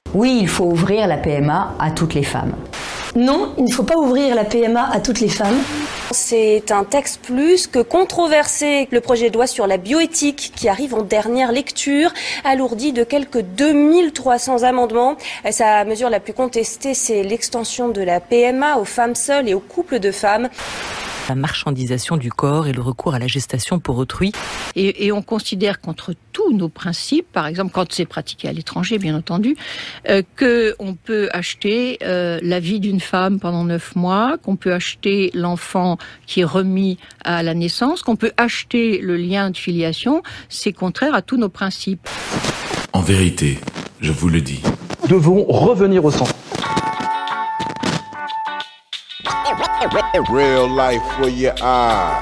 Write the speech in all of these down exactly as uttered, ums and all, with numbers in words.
Oui, il faut ouvrir la P M A à toutes les femmes. Non, il ne faut pas ouvrir la P M A à toutes les femmes. C'est un texte plus que controversé. Le projet de loi sur la bioéthique qui arrive en dernière lecture, alourdi de quelques deux mille trois cents amendements. Sa mesure la plus contestée, c'est l'extension de la P M A aux femmes seules et aux couples de femmes. La marchandisation du corps et le recours à la gestation pour autrui. Et, et on considère qu'entre tous nos principes, par exemple quand c'est pratiqué à l'étranger, bien entendu, euh, qu'on peut acheter euh, la vie d'une femme pendant neuf mois, qu'on peut acheter l'enfant qui est remis à la naissance, qu'on peut acheter le lien de filiation, c'est contraire à tous nos principes. En vérité, je vous le dis. Nous devons revenir au centre. Real life for your eyes.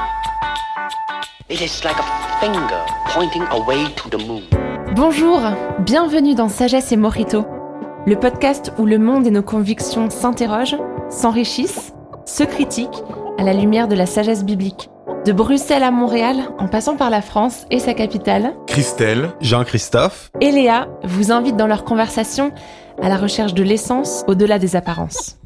It is like a finger pointing away to the moon. Bonjour, bienvenue dans Sagesse et Mojito, le podcast où le monde et nos convictions s'interrogent, s'enrichissent, se critiquent à la lumière de la sagesse biblique. De Bruxelles à Montréal, en passant par la France et sa capitale, Christelle, Jean-Christophe et Léa vous invitent dans leur conversation à la recherche de l'essence au-delà des apparences.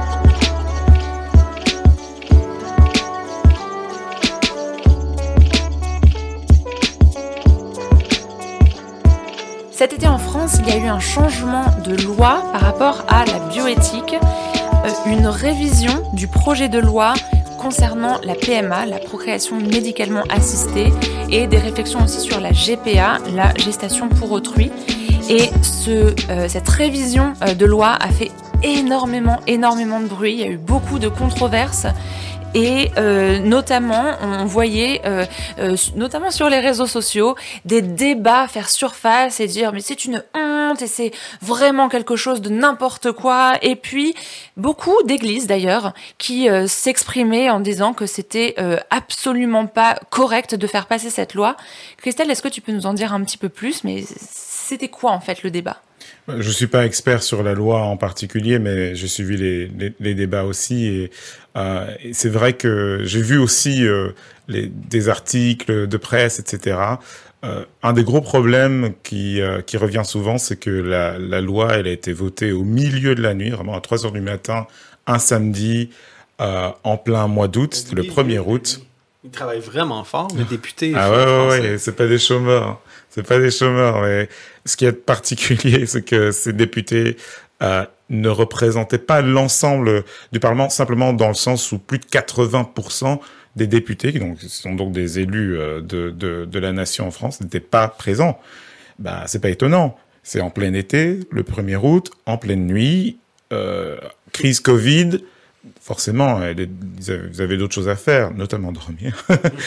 Cet été en France, il y a eu un changement de loi par rapport à la bioéthique, euh, une révision du projet de loi concernant la P M A, la procréation médicalement assistée, et des réflexions aussi sur la G P A, la gestation pour autrui. Et ce, euh, cette révision euh, de loi a fait énormément, énormément de bruit, il y a eu beaucoup de controverses. Et euh, notamment, on voyait, euh, euh, notamment sur les réseaux sociaux, des débats faire surface et dire mais c'est une honte et c'est vraiment quelque chose de n'importe quoi. Et puis beaucoup d'églises d'ailleurs qui euh, s'exprimaient en disant que c'était euh, absolument pas correct de faire passer cette loi. Christelle, est-ce que tu peux nous en dire un petit peu plus? Mais c'était quoi en fait le débat? Je suis pas expert sur la loi en particulier, mais j'ai suivi les, les, les débats aussi. Et, euh, et c'est vrai que j'ai vu aussi euh, les, des articles de presse, et cetera. Euh, un des gros problèmes qui, euh, qui revient souvent, c'est que la, la loi, elle a été votée au milieu de la nuit, vraiment à trois heures du matin, un samedi, euh, en plein mois d'août, c'était le premier août. Ils travaillent vraiment fort, les députés. Ah ouais, ouais, ouais, c'est pas des chômeurs. C'est pas des chômeurs, mais ce qui est particulier, c'est que ces députés euh, ne représentaient pas l'ensemble du Parlement, simplement dans le sens où plus de quatre-vingts pour cent des députés, qui donc, sont donc des élus euh, de, de, de la nation en France, n'étaient pas présents. Bah, c'est pas étonnant. C'est en plein été, le premier août, en pleine nuit, euh, crise Covid. Forcément, vous avez d'autres choses à faire, notamment dormir.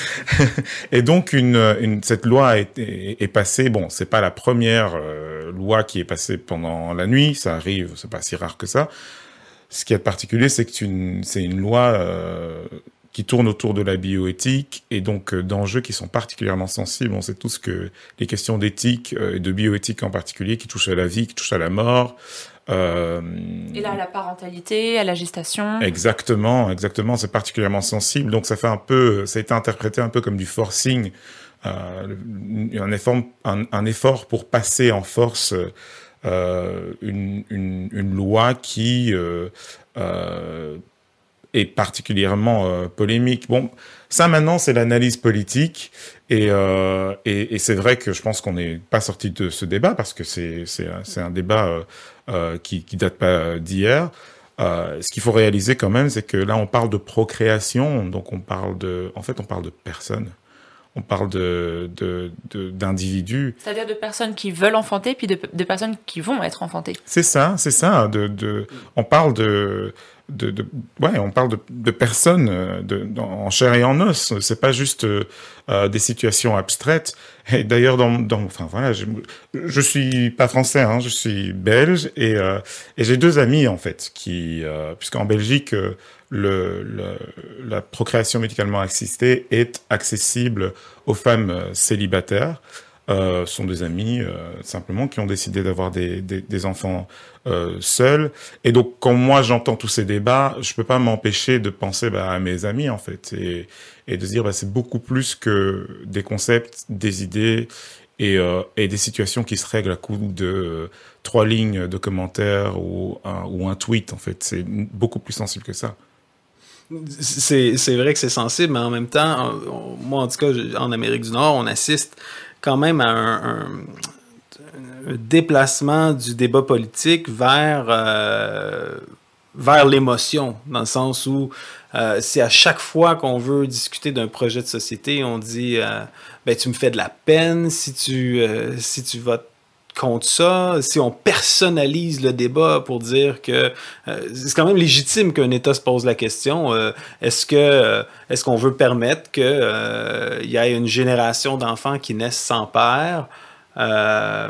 Et donc, une, une, cette loi est, est, est passée. Bon, c'est pas la première euh, loi qui est passée pendant la nuit. Ça arrive, c'est pas si rare que ça. Ce qui est particulier, c'est que c'est une, c'est une loi euh, qui tourne autour de la bioéthique et donc euh, d'enjeux qui sont particulièrement sensibles. On sait tous que les questions d'éthique euh, et de bioéthique en particulier, qui touchent à la vie, qui touchent à la mort. Euh, et là, à la parentalité, à la gestation. Exactement, exactement. C'est particulièrement sensible. Donc, ça fait un peu, ça a été interprété un peu comme du forcing, euh, un effort, un, un effort pour passer en force euh, une, une, une loi qui euh, euh, est particulièrement euh, polémique. Bon, ça maintenant, c'est l'analyse politique. Et, euh, et, et c'est vrai que je pense qu'on n'est pas sorti de ce débat parce que c'est, c'est, c'est un débat euh, euh, qui, qui date pas d'hier. Euh, ce qu'il faut réaliser quand même, c'est que là, on parle de procréation, donc on parle de, en fait, on parle de personnes. On parle de, de, de d'individus. C'est-à-dire de personnes qui veulent enfanter, puis de, de personnes qui vont être enfantées. C'est ça, c'est ça. De, de, on parle de, de, de ouais, on parle de, de personnes de, de, en chair et en os. C'est pas juste euh, des situations abstraites. Et d'ailleurs, dans, dans, enfin voilà, je, je suis pas français, hein, je suis belge et, euh, et j'ai deux amis en fait qui, euh, puisqu'en Belgique. Euh, Le, le, la procréation médicalement assistée est accessible aux femmes célibataires. Euh, sont des amis euh, simplement qui ont décidé d'avoir des, des, des enfants euh, seuls. Et donc, quand moi j'entends tous ces débats, je peux pas m'empêcher de penser bah, à mes amis en fait et, et de se dire bah, c'est beaucoup plus que des concepts, des idées et, euh, et des situations qui se règlent à coup de euh, trois lignes de commentaires ou un, ou un tweet, en fait. C'est beaucoup plus sensible que ça. C'est, c'est vrai que c'est sensible, mais en même temps, on, moi, en tout cas, en Amérique du Nord, on assiste quand même à un, un, un déplacement du débat politique vers, euh, vers l'émotion, dans le sens où euh, c'est à chaque fois qu'on veut discuter d'un projet de société, on dit euh, ben, tu me fais de la peine si tu, euh, si tu votes contre ça, si on personnalise le débat pour dire que euh, c'est quand même légitime qu'un État se pose la question, euh, est-ce que euh, est-ce qu'on veut permettre que euh, y ait une génération d'enfants qui naissent sans père? Euh,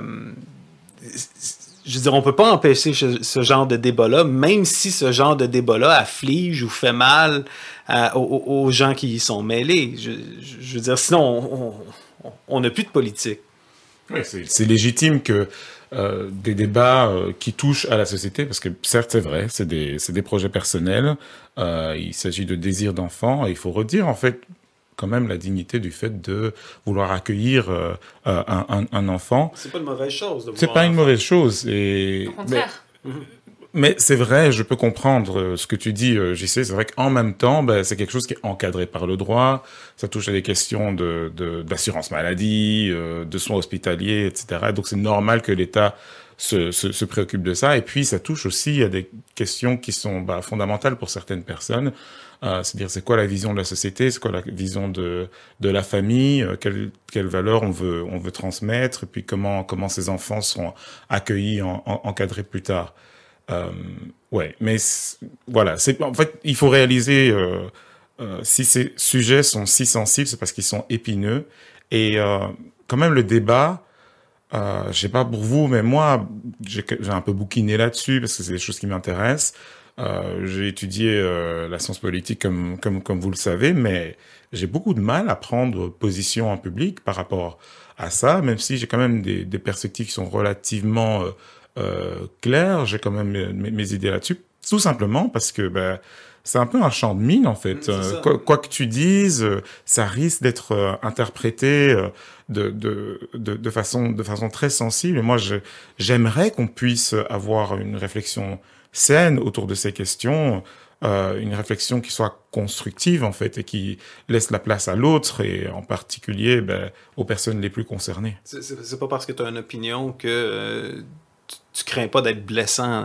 je veux dire, on peut pas empêcher ce, ce genre de débat-là, même si ce genre de débat-là afflige ou fait mal à, aux, aux gens qui y sont mêlés. Je, je veux dire, sinon on n'a plus de politique. Oui, c'est, c'est légitime que euh, des débats euh, qui touchent à la société, parce que certes c'est vrai, c'est des, c'est des projets personnels, euh, il s'agit de désir d'enfant, et il faut redire en fait quand même la dignité du fait de vouloir accueillir euh, un, un, un enfant. C'est pas une mauvaise chose. De c'est pas une mauvaise chose. Et... Au contraire. Mais... Mais c'est vrai, je peux comprendre ce que tu dis, J C. C'est vrai qu'en même temps, ben, c'est quelque chose qui est encadré par le droit. Ça touche à des questions de, de, d'assurance maladie, euh, de soins hospitaliers, et cetera. Donc c'est normal que l'État se, se, se préoccupe de ça. Et puis ça touche aussi à des questions qui sont bah, fondamentales pour certaines personnes. Euh, c'est-à-dire c'est quoi la vision de la société, c'est quoi la vision de de la famille, euh, quelles quelles valeurs on veut on veut transmettre, et puis comment comment ces enfants seront accueillis, en, en, encadrés plus tard. Euh, ouais, mais c'est, voilà, c'est en fait il faut réaliser euh, euh, si ces sujets sont si sensibles, c'est parce qu'ils sont épineux et euh, quand même le débat. Euh, je sais pas pour vous, mais moi j'ai, j'ai un peu bouquiné là-dessus parce que c'est des choses qui m'intéressent. Euh, j'ai étudié euh, la science politique comme comme comme vous le savez, mais j'ai beaucoup de mal à prendre position en public par rapport à ça, même si j'ai quand même des, des perspectives qui sont relativement euh, Euh, clair, j'ai quand même mes, mes idées là-dessus, tout simplement parce que ben, c'est un peu un champ de mine en fait. Euh, quoi, quoi que tu dises, euh, ça risque d'être euh, interprété euh, de, de, de, de, façon, de façon très sensible. Et moi, je, j'aimerais qu'on puisse avoir une réflexion saine autour de ces questions, euh, une réflexion qui soit constructive en fait et qui laisse la place à l'autre et en particulier ben, aux personnes les plus concernées. C'est, c'est, c'est pas parce que tu as une opinion que euh, tu, tu crains pas d'être blessant.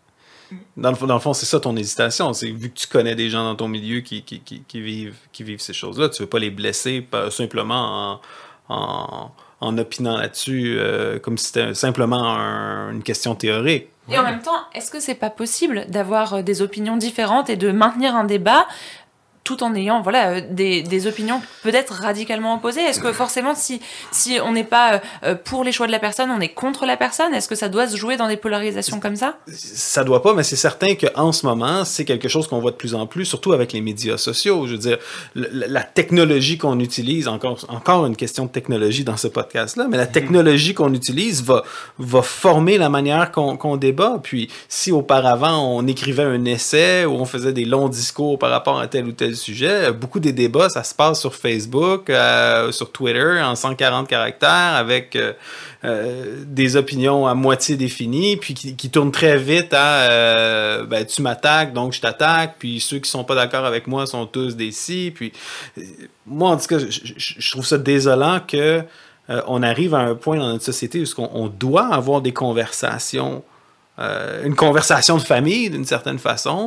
Dans le, dans le fond, c'est ça ton hésitation. C'est vu que tu connais des gens dans ton milieu qui, qui, qui, qui, vivent, qui vivent ces choses-là, tu veux pas les blesser pas, simplement en, en, en opinant là-dessus euh, comme si c'était simplement un, une question théorique. Et en même temps, est-ce que c'est pas possible d'avoir des opinions différentes et de maintenir un débat tout en ayant voilà des, des opinions peut-être radicalement opposées? Est-ce que forcément si si on n'est pas euh, pour les choix de la personne, on est contre la personne? Est-ce que ça doit se jouer dans des polarisations comme ça? Ça doit pas, mais c'est certain qu'en ce moment, c'est quelque chose qu'on voit de plus en plus, surtout avec les médias sociaux. Je veux dire, la, la technologie qu'on utilise, encore encore une question de technologie dans ce podcast-là, mais la technologie qu'on utilise va va former la manière qu'on, qu'on débat. Puis si auparavant on écrivait un essai ou on faisait des longs discours par rapport à tel ou tel sujet, beaucoup des débats, ça se passe sur Facebook, euh, sur Twitter, en cent quarante caractères, avec euh, euh, des opinions à moitié définies, puis qui, qui tournent très vite à euh, ben, tu m'attaques, donc je t'attaque, puis ceux qui sont pas d'accord avec moi sont tous des si, puis euh, moi, en tout cas, je, je, je trouve ça désolant que euh, on arrive à un point dans notre société où on, on doit avoir des conversations, euh, une conversation de famille, d'une certaine façon,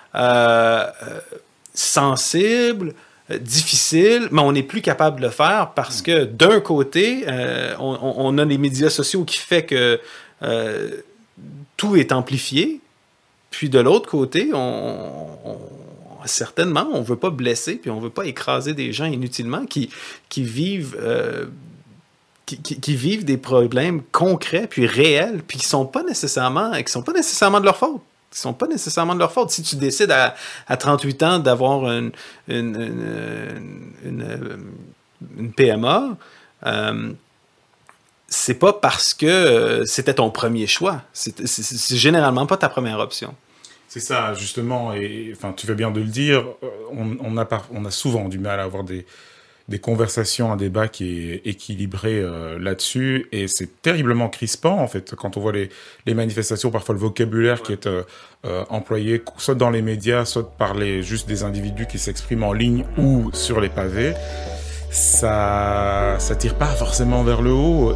euh, euh, sensible, euh, difficile, mais on n'est plus capable de le faire parce que d'un côté, euh, on, on a les médias sociaux qui fait que euh, tout est amplifié, puis de l'autre côté, on, on, certainement, on ne veut pas blesser, puis on ne veut pas écraser des gens inutilement qui, qui vivent... Euh, Qui, qui, qui vivent des problèmes concrets puis réels, puis qui sont pas nécessairement, qui sont pas nécessairement de leur faute. Qui sont pas nécessairement de leur faute. Si tu décides à, à trente-huit ans d'avoir une, une, une, une, une P M A, euh, c'est pas parce que c'était ton premier choix. C'est, c'est, c'est généralement pas ta première option. C'est ça, justement, et enfin, tu fais bien de le dire, on, on, a, par, on a souvent du mal à avoir des, des conversations, un débat qui est équilibré euh, là-dessus, et c'est terriblement crispant en fait quand on voit les, les manifestations, parfois le vocabulaire ouais. qui est euh, euh, employé soit dans les médias, soit par les juste des individus qui s'expriment en ligne ou sur les pavés, ça ça tire pas forcément vers le haut.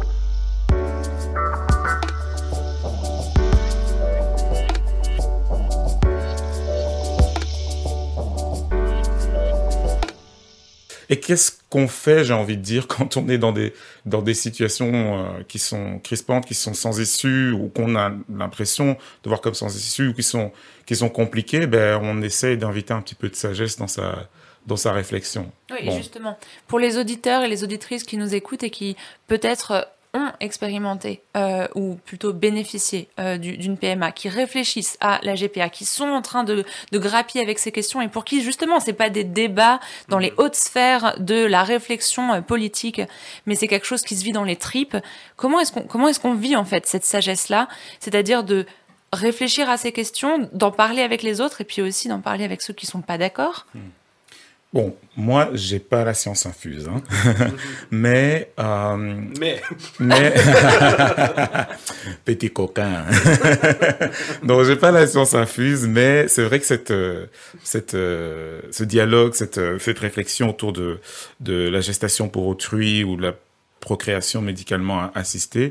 Et qu'est-ce qu'on fait, j'ai envie de dire, quand on est dans des dans des situations euh, qui sont crispantes, qui sont sans issue, ou qu'on a l'impression de voir comme sans issue, ou qui sont qui sont compliquées, ben on essaie d'inviter un petit peu de sagesse dans sa dans sa réflexion. Oui, bon. Et justement, pour les auditeurs et les auditrices qui nous écoutent et qui peut-être ont expérimenté euh, ou plutôt bénéficié euh, du, d'une P M A, qui réfléchissent à la G P A, qui sont en train de, de grappiller avec ces questions et pour qui justement c'est pas des débats dans les hautes sphères de la réflexion euh, politique, mais c'est quelque chose qui se vit dans les tripes. Comment est-ce qu'on comment est-ce qu'on vit en fait cette sagesse-là, c'est-à-dire de réfléchir à ces questions, d'en parler avec les autres et puis aussi d'en parler avec ceux qui sont pas d'accord. Mmh. Bon, moi, j'ai pas la science infuse, hein. mais, euh, mais, mais, petit coquin. Donc, j'ai pas la science infuse, mais c'est vrai que cette, cette, ce dialogue, cette, cette réflexion autour de, de la gestation pour autrui ou de la procréation médicalement assistée,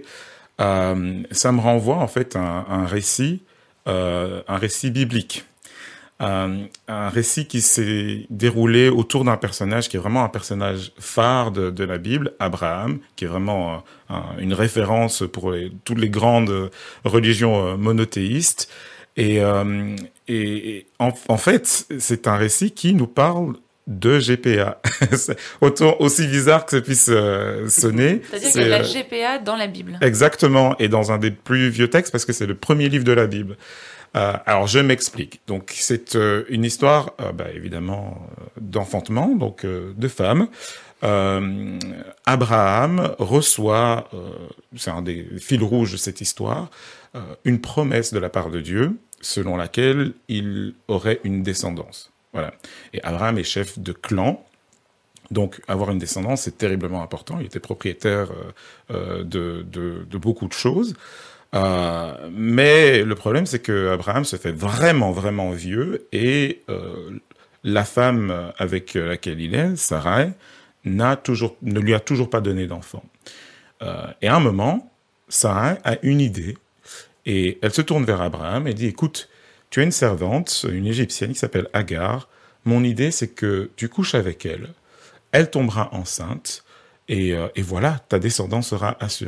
euh, ça me renvoie en fait à un, un récit, euh, un récit biblique. Euh, un récit qui s'est déroulé autour d'un personnage qui est vraiment un personnage phare de, de la Bible, Abraham, qui est vraiment euh, un, une référence pour les, toutes les grandes religions euh, monothéistes. Et, euh, et, et en, en fait, c'est un récit qui nous parle de G P A. Autant aussi bizarre que ça puisse euh, sonner. C'est-à-dire qu'il y a de la G P A dans la Bible. Exactement, et dans un des plus vieux textes, parce que c'est le premier livre de la Bible. Euh, alors je m'explique. Donc c'est euh, une histoire, euh, bah, évidemment, euh, d'enfantement, donc euh, de femmes. Euh, Abraham reçoit, euh, c'est un des fils rouges de cette histoire, euh, une promesse de la part de Dieu, selon laquelle il aurait une descendance. Voilà. Et Abraham est chef de clan. Donc, avoir une descendance, c'est terriblement important. Il était propriétaire euh, de, de, de beaucoup de choses. Euh, mais le problème, c'est que Abraham se fait vraiment, vraiment vieux et euh, la femme avec laquelle il est, Sarai, n'a toujours, ne lui a toujours pas donné d'enfant. Euh, et à un moment, Sarai a une idée et elle se tourne vers Abraham et dit « Écoute, tu as une servante, une Égyptienne qui s'appelle Agar. Mon idée, c'est que tu couches avec elle. Elle tombera enceinte et, euh, et voilà, ta descendance sera assurée. »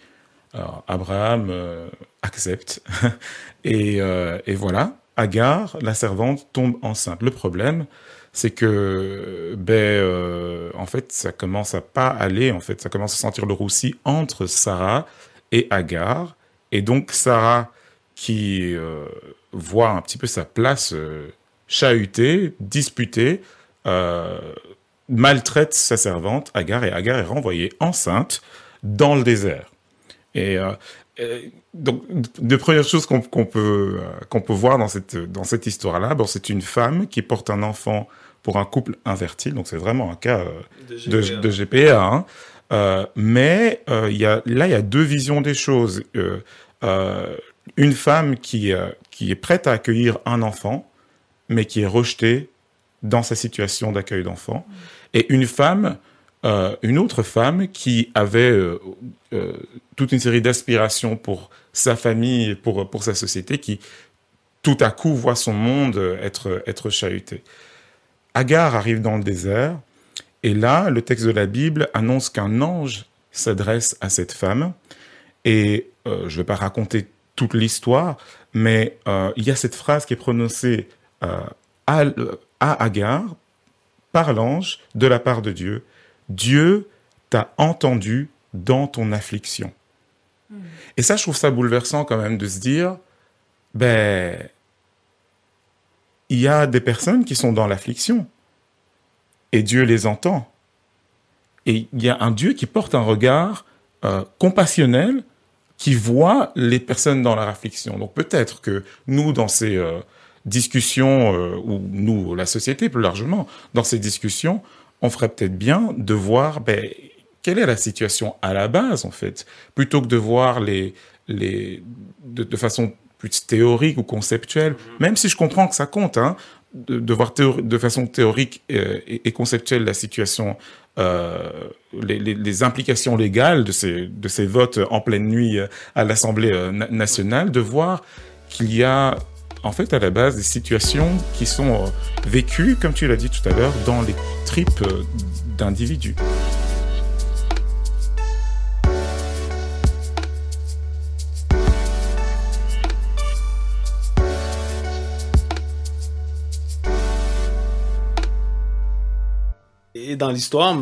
Alors, Abraham euh, accepte et, euh, et voilà, Agar, la servante, tombe enceinte. Le problème, c'est que, ben, euh, en fait, ça commence à pas aller. En fait, ça commence à sentir le roussi entre Sarah et Agar, et donc Sarah, qui euh, voit un petit peu sa place euh, chahutée, disputée, euh, maltraite sa servante Agar, et Agar est renvoyée enceinte dans le désert. Et, euh, et donc, de premières choses qu'on qu'on peut euh, qu'on peut voir dans cette dans cette histoire-là, bon, c'est une femme qui porte un enfant pour un couple infertile, donc c'est vraiment un cas euh, de, G P A. de, de G P A. Hein. Euh, mais euh, il y a là il y a deux visions des choses. Euh, euh, une femme qui euh, qui est prête à accueillir un enfant, mais qui est rejetée dans sa situation d'accueil d'enfant, mmh. et une femme Euh, une autre femme qui avait euh, euh, toute une série d'aspirations pour sa famille, pour pour sa société, qui tout à coup voit son monde être être chahuté. Agar arrive dans le désert, et là, le texte de la Bible annonce qu'un ange s'adresse à cette femme, et euh, je ne vais pas raconter toute l'histoire, mais euh, il y a cette phrase qui est prononcée euh, à, à Agar par l'ange de la part de Dieu. Dieu t'a entendu dans ton affliction. Mmh. Et ça, je trouve ça bouleversant quand même de se dire, ben, il y a des personnes qui sont dans l'affliction et Dieu les entend. Et il y a un Dieu qui porte un regard euh, compassionnel, qui voit les personnes dans leur affliction. Donc peut-être que nous, dans ces euh, discussions, euh, ou nous, la société plus largement, dans ces discussions, on ferait peut-être bien de voir ben, quelle est la situation à la base, en fait, plutôt que de voir les, les, de, de façon plus théorique ou conceptuelle, même si je comprends que ça compte, hein, de, de voir théori- de façon théorique euh, et, et conceptuelle la situation, euh, les, les, les implications légales de ces, de ces votes en pleine nuit à l'Assemblée euh, na- nationale, de voir qu'il y a en fait à la base des situations qui sont euh, vécues, comme tu l'as dit tout à l'heure, dans les tripes euh, d'individus. Et dans l'histoire,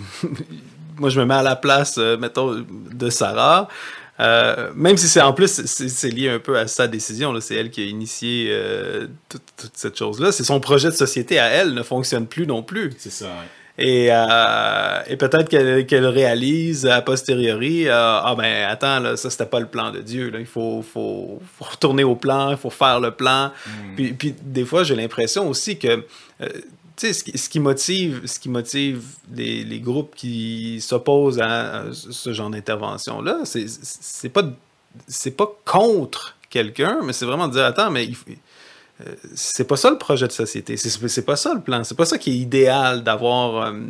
moi je me mets à la place, euh, mettons, de Sarah. Euh, même si c'est en plus c'est, c'est lié un peu à sa décision, là, c'est elle qui a initié euh, toute, toute cette chose-là. C'est son projet de société à elle ne fonctionne plus non plus. C'est ça. Ouais. Et, euh, et peut-être qu'elle, qu'elle réalise a posteriori, euh, ah ben attends là, ça c'était pas le plan de Dieu. Là, il faut, faut, faut retourner au plan, il faut faire le plan. Mm. Puis, puis des fois j'ai l'impression aussi que euh, tu sais, ce qui, ce qui motive, ce qui motive les, les groupes qui s'opposent à, à ce genre d'intervention-là, c'est, c'est pas, c'est pas contre quelqu'un, mais c'est vraiment de dire, attends, mais il, euh, c'est pas ça le projet de société, c'est, c'est pas ça le plan, c'est pas ça qui est idéal d'avoir, euh,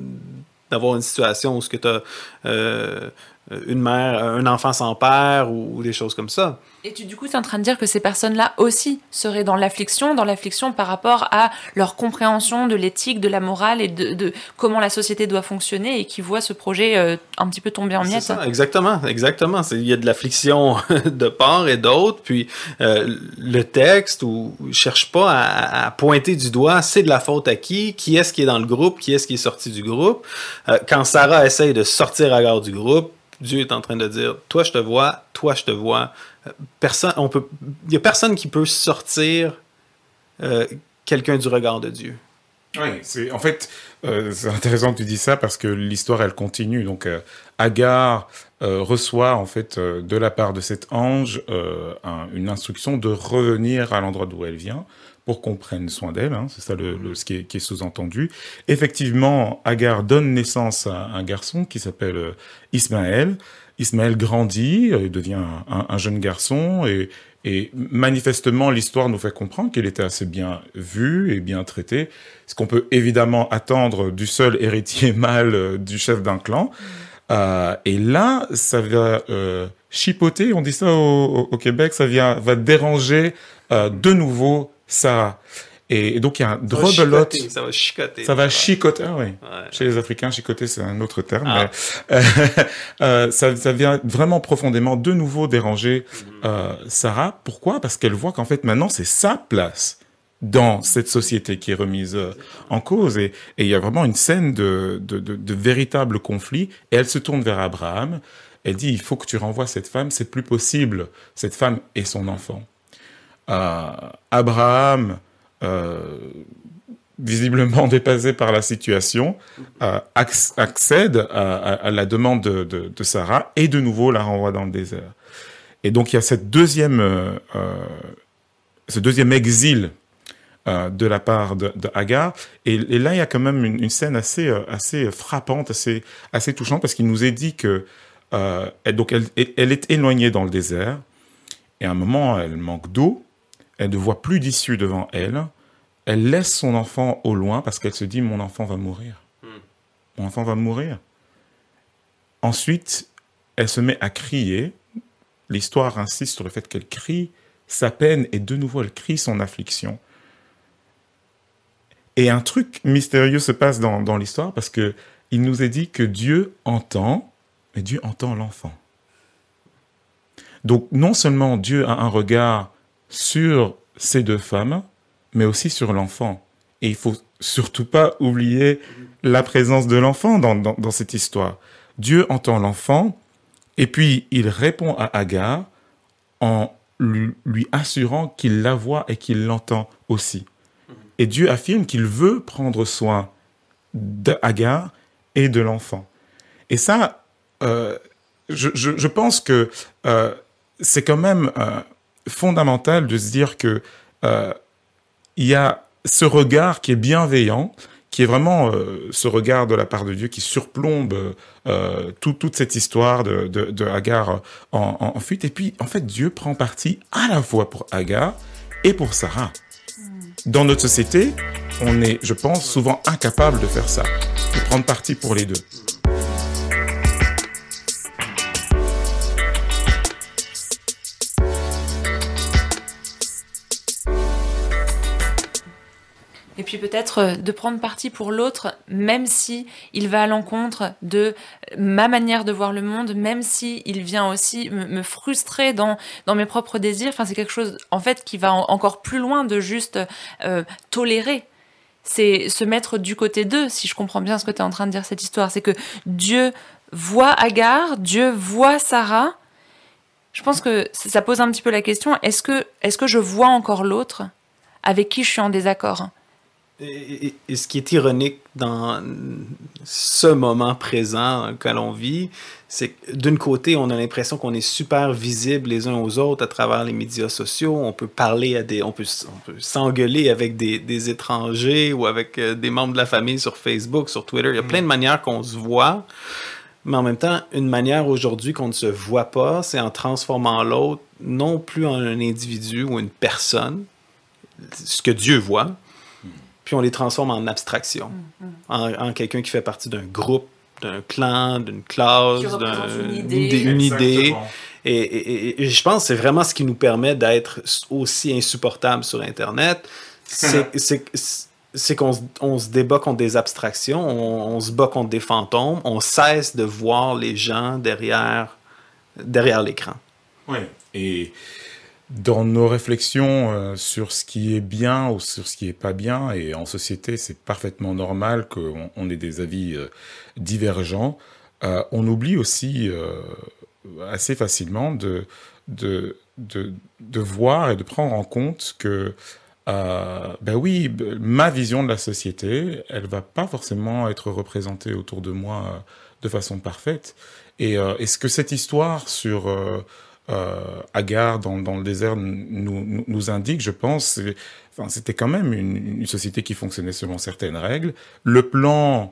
d'avoir une situation où ce que t'as euh, une mère, un enfant sans père ou, ou des choses comme ça. Et tu, du coup, tu es en train de dire que ces personnes-là aussi seraient dans l'affliction, dans l'affliction par rapport à leur compréhension de l'éthique, de la morale et de, de comment la société doit fonctionner et qui voient ce projet euh, un petit peu tomber en miettes. C'est ça, exactement, exactement. C'est, il y a de l'affliction de part et d'autre, puis euh, le texte où ne cherche pas à, à pointer du doigt, c'est de la faute à qui, qui est-ce qui est dans le groupe, qui est-ce qui est sorti du groupe. Euh, quand Sarah essaye de sortir Agar du groupe, Dieu est en train de dire, toi je te vois, toi je te vois. Personne, on peut, il y a personne qui peut sortir euh, quelqu'un du regard de Dieu. Oui, c'est en fait euh, c'est intéressant que tu dis ça parce que l'histoire elle continue. Donc euh, Agar euh, reçoit en fait euh, de la part de cet ange euh, un, une instruction de revenir à l'endroit d'où elle vient pour qu'on prenne soin d'elle. Hein, c'est ça le, le, ce qui est, qui est sous-entendu. Effectivement, Agar donne naissance à un garçon qui s'appelle euh, Ismaël. Ismaël grandit, il devient un, un jeune garçon et, et manifestement l'histoire nous fait comprendre qu'il était assez bien vu et bien traité, ce qu'on peut évidemment attendre du seul héritier mâle du chef d'un clan. Euh, et là, ça va euh, chipoter, on dit ça au, au Québec, ça vient, va déranger euh, de nouveau Sarah. Et, et donc il y a un rebelote. Ça va chicoter. Ça va chicoter, ah oui. Ouais. Chez les Africains, chicoter c'est un autre terme. Ah. Mais, euh, euh, ça, ça vient vraiment profondément de nouveau déranger euh, Sarah. Pourquoi ? Parce qu'elle voit qu'en fait maintenant c'est sa place dans cette société qui est remise euh, en cause. Et, et il y a vraiment une scène de, de, de, de véritable conflit. Et elle se tourne vers Abraham. Elle dit, il faut que tu renvoies cette femme, c'est plus possible. Cette femme et son enfant. Euh, Abraham... Euh, visiblement dépassé par la situation, euh, accède à, à, à la demande de, de, de Sarah et de nouveau la renvoie dans le désert. Et donc il y a cette deuxième, euh, ce deuxième exil euh, de la part de, de Agar. Et, et là il y a quand même une, une scène assez, assez frappante, assez, assez touchante, parce qu'il nous est dit que euh, elle, donc elle, elle est éloignée dans le désert. Et à un moment elle manque d'eau. Elle ne voit plus d'issue devant elle. Elle laisse son enfant au loin parce qu'elle se dit « mon enfant va mourir. Mm. Mon enfant va mourir. » Ensuite, elle se met à crier. L'histoire insiste sur le fait qu'elle crie sa peine et de nouveau elle crie son affliction. Et un truc mystérieux se passe dans, dans l'histoire parce que il nous est dit que Dieu entend, mais Dieu entend l'enfant. Donc non seulement Dieu a un regard sur ces deux femmes, mais aussi sur l'enfant. Et il faut surtout pas oublier la présence de l'enfant dans, dans, dans cette histoire. Dieu entend l'enfant, et puis il répond à Agar en lui, lui assurant qu'il la voit et qu'il l'entend aussi. Et Dieu affirme qu'il veut prendre soin d'Agar et de l'enfant. Et ça, euh, je, je, je pense que euh, c'est quand même... Euh, fondamental de se dire que euh, il y a ce regard qui est bienveillant, qui est vraiment euh, ce regard de la part de Dieu qui surplombe euh, tout, toute cette histoire de, de, de Agar en, en, en fuite. Et puis, en fait, Dieu prend parti à la fois pour Agar et pour Sarah. Dans notre société, on est, je pense, souvent incapable de faire ça, de prendre parti pour les deux. Et puis peut-être de prendre parti pour l'autre, même si il va à l'encontre de ma manière de voir le monde, même si il vient aussi me, me frustrer dans dans mes propres désirs. Enfin, c'est quelque chose en fait qui va en, encore plus loin de juste euh, tolérer. C'est se mettre du côté d'eux, si je comprends bien ce que tu es en train de dire cette histoire. C'est que Dieu voit Agar, Dieu voit Sarah. Je pense que ça pose un petit peu la question, est-ce que est-ce que je vois encore l'autre avec qui je suis en désaccord? Et, et, et ce qui est ironique dans ce moment présent que l'on vit, c'est que d'une côté, on a l'impression qu'on est super visibles les uns aux autres à travers les médias sociaux. On peut parler à des, on peut, on peut s'engueuler avec des, des étrangers ou avec euh, des membres de la famille sur Facebook, sur Twitter. Il y a plein de manières qu'on se voit. Mais en même temps, une manière aujourd'hui qu'on ne se voit pas, c'est en transformant l'autre non plus en un individu ou une personne, ce que Dieu voit, puis on les transforme en abstraction, mmh, mmh. en, en quelqu'un qui fait partie d'un groupe, d'un clan, d'une classe, d'un, une idée. Une idée, une idée. Et, et, et je pense que c'est vraiment ce qui nous permet d'être aussi insupportable sur Internet, c'est, c'est, c'est qu'on on se débat contre des abstractions, on, on se bat contre des fantômes, on cesse de voir les gens derrière, derrière l'écran. Oui, et dans nos réflexions euh, sur ce qui est bien ou sur ce qui est pas bien, et en société, c'est parfaitement normal qu'on on ait des avis euh, divergents, euh, on oublie aussi euh, assez facilement de, de, de, de voir et de prendre en compte que Euh, ben oui, ma vision de la société, elle va pas forcément être représentée autour de moi euh, de façon parfaite. Et euh, est-ce que cette histoire sur euh, euh, Agar dans, dans le désert nous, nous, nous indique, je pense, c'est, enfin, c'était quand même une, une société qui fonctionnait selon certaines règles. Le plan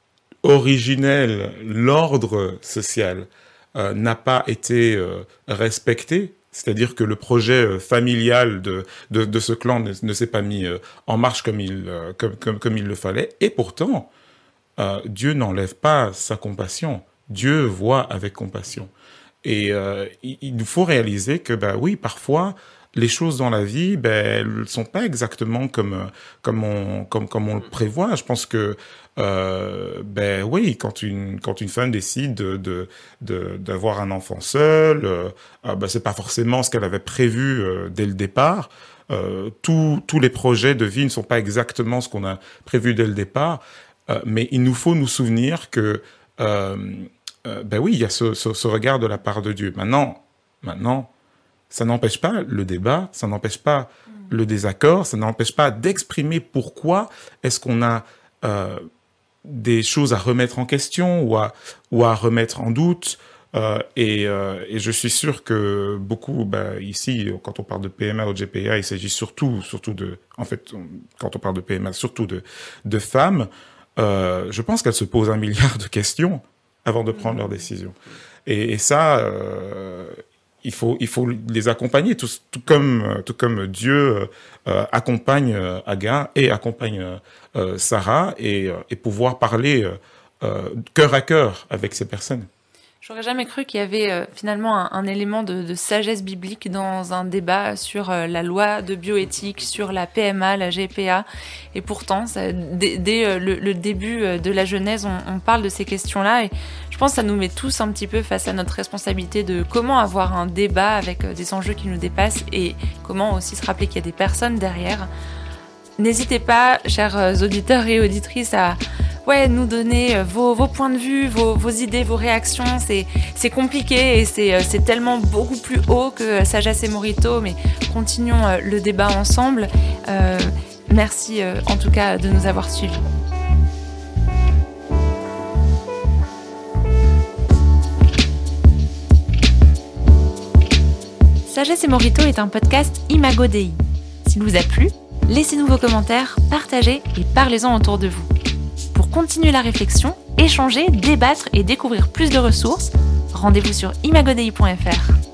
originel, l'ordre social euh, n'a pas été euh, respecté. C'est-à-dire que le projet familial de, de, de ce clan ne, ne s'est pas mis en marche comme il, comme, comme, comme il le fallait. Et pourtant, euh, Dieu n'enlève pas sa compassion. Dieu voit avec compassion. Et euh, il, il nous faut réaliser que, bah oui, parfois, les choses dans la vie, ben, elles ne sont pas exactement comme, comme, on, comme, comme on le prévoit. Je pense que, euh, ben oui, quand une, quand une femme décide de, de, de, d'avoir un enfant seul, euh, ben, c'est pas forcément ce qu'elle avait prévu euh, dès le départ. Euh, tous, tous les projets de vie ne sont pas exactement ce qu'on a prévu dès le départ. Euh, mais il nous faut nous souvenir que, euh, euh, ben oui, il y a ce, ce, ce regard de la part de Dieu. Maintenant, maintenant, ça n'empêche pas le débat, ça n'empêche pas le désaccord, ça n'empêche pas d'exprimer pourquoi est-ce qu'on a euh, des choses à remettre en question ou à, ou à remettre en doute. Euh, et, euh, et je suis sûr que beaucoup, bah, ici, quand on parle de P M A ou de G P A, il s'agit surtout, surtout de, en fait, quand on parle de P M A, surtout de, de femmes. Euh, je pense qu'elles se posent un milliard de questions avant de prendre leurs décisions. Et, et ça, euh, il faut, il faut les accompagner, tout, tout comme, tout comme Dieu euh, accompagne Agar et accompagne euh, Sarah, et, et pouvoir parler euh, cœur à cœur avec ces personnes. J'aurais jamais cru qu'il y avait euh, finalement un, un élément de, de sagesse biblique dans un débat sur euh, la loi de bioéthique, sur la P M A, la G P A. Et pourtant, ça, dès, dès euh, le, le début de la Genèse, on, on parle de ces questions-là. Et je pense que ça nous met tous un petit peu face à notre responsabilité de comment avoir un débat avec des enjeux qui nous dépassent et comment aussi se rappeler qu'il y a des personnes derrière. N'hésitez pas, chers auditeurs et auditrices, à ouais, nous donner vos, vos points de vue, vos, vos idées, vos réactions. C'est, c'est compliqué et c'est, c'est tellement beaucoup plus haut que Sagesse et Morito, mais continuons le débat ensemble. Euh, merci en tout cas de nous avoir suivis. Sagesse et Morito est un podcast Imago Dei. S'il vous a plu, laissez-nous vos commentaires, partagez et parlez-en autour de vous. continuer la réflexion, échanger, débattre et découvrir plus de ressources, rendez-vous sur imagodei point f r.